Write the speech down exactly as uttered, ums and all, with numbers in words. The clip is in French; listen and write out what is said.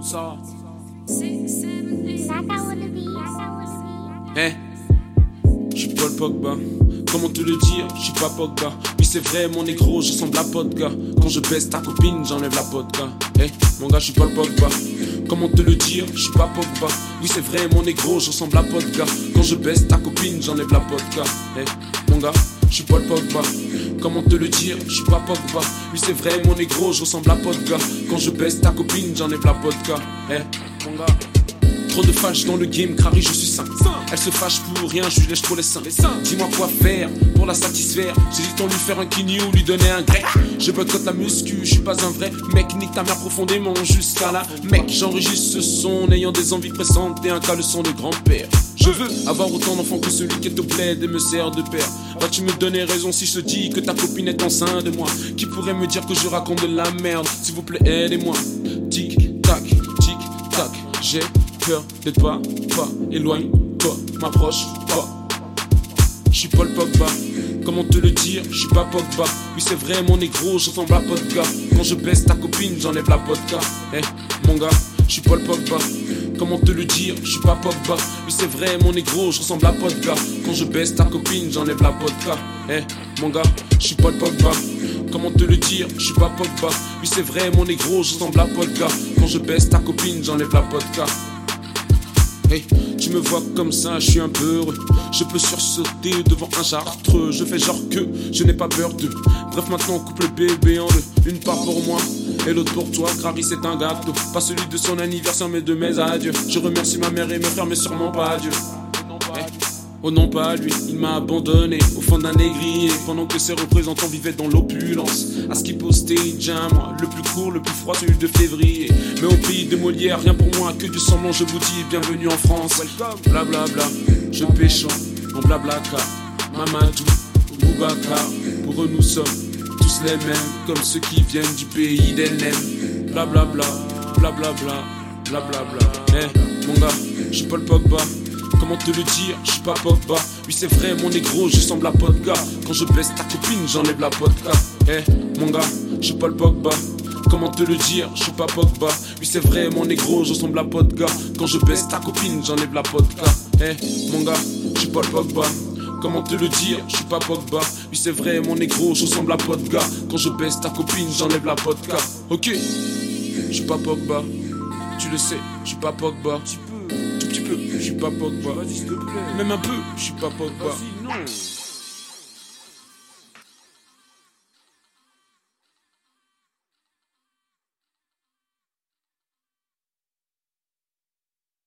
ça. Eh, j'suis Paul Pogba. Comment te le dire, j'suis pas Pogba. Oui c'est vrai mon négro, je ressemble à Podga. Quand je baisse ta copine, j'enlève la vodka. Eh, mon gars, j'suis Paul Pogba. Comment te le dire, j'suis pas Pogba. Oui c'est vrai mon négro, je ressemble à Podga. Quand je baisse ta copine, j'enlève la vodka. Eh, mon gars, j'suis Paul Pogba. Comment te le dire, j'suis pas Pogba. Oui c'est vrai mon négro, je ressemble à Podga. Quand je baisse ta copine, j'enlève la vodka. Eh, mon gars. Trop de fâches dans le game, Crary, je suis sain. Elle se fâche pour rien, je lui lèche trop les seins. Dis-moi quoi faire pour la satisfaire. J'hésite en lui faire un kini ou lui donner un grec. Je boycotte la muscu, je suis pas un vrai mec. Nique ta mère profondément jusqu'à la mec. J'enregistre ce son ayant des envies pressantes et un caleçon de grand-père. Je veux avoir autant d'enfants que celui qui est au bled et me sert de père. Vas-tu me donner raison si je te dis que ta copine est enceinte de moi? Qui pourrait me dire que je raconte de la merde? S'il vous plaît, aidez-moi. Tic tac, tic tac, j'ai peur d'être pas, pas, éloigne-toi, m'approche pas. J'suis Paul Pogba, comment te le dire, j'suis pas Pogba. Oui c'est vrai mon négro, je ressemble à Podga. Quand je baisse ta copine, j'enlève la vodka. Eh, mon gars, j'suis Paul Pogba. Comment te le dire, j'suis pas Pogba. Oui c'est vrai mon négro, je ressemble à Podga. Quand je baisse ta copine, j'enlève la vodka. Eh, mon gars, j'suis Paul Pogba. Comment te le dire, j'suis pas Pogba. Oui c'est vrai mon négro, je ressemble à Podga. Quand je baisse ta copine, j'enlève la vodka. Hey, tu me vois comme ça, je suis un peu heureux. Je peux sursauter devant un chartreux. Je fais genre que je n'ai pas peur d'eux. Bref, maintenant on coupe le bébé en deux. Une part pour moi et l'autre pour toi. Crary c'est un gâteau, pas celui de son anniversaire mais de mes adieux. Je remercie ma mère et mes frères mais sûrement pas Dieu. Hey. Oh non pas lui, il m'a abandonné au fond d'un négrier pendant que ses représentants vivaient dans l'opulence. À ce qui postait un mois, le plus court, le plus froid, celui de février. Mais au pays de Molière, rien pour moi que du semblant, je vous dis bienvenue en France. Blablabla, bla bla, je pécho en blablaca, Mamadou, Boubacar. Pour eux nous sommes tous les mêmes, comme ceux qui viennent du pays d'El-Nem. Blablabla, blablabla, blablabla. Eh, mon gars, j'suis Paul Pogba. Comment te le dire, j'suis pas Pogba. Oui c'est vrai mon négro, je ressemble à Podga. Quand je baisse ta copine, j'enlève la vodka. Eh, mon gars, j'suis pas le Pogba. Comment te le dire, j'suis pas Pogba. Oui c'est vrai mon négro, je ressemble à Podga. Quand je baisse ta copine, j'enlève la vodka. Eh, mon gars, j'suis pas le Pogba. Comment te le dire, j'suis pas Pogba. Oui c'est vrai mon négro, je ressemble à Podga. Quand je baisse ta copine, j'enlève la vodka. Ok, j'suis pas Pogba. Tu le sais, j'suis pas Pogba. Je suis pas Pogba, même un peu, je suis pas Pogba. Vas-y, non.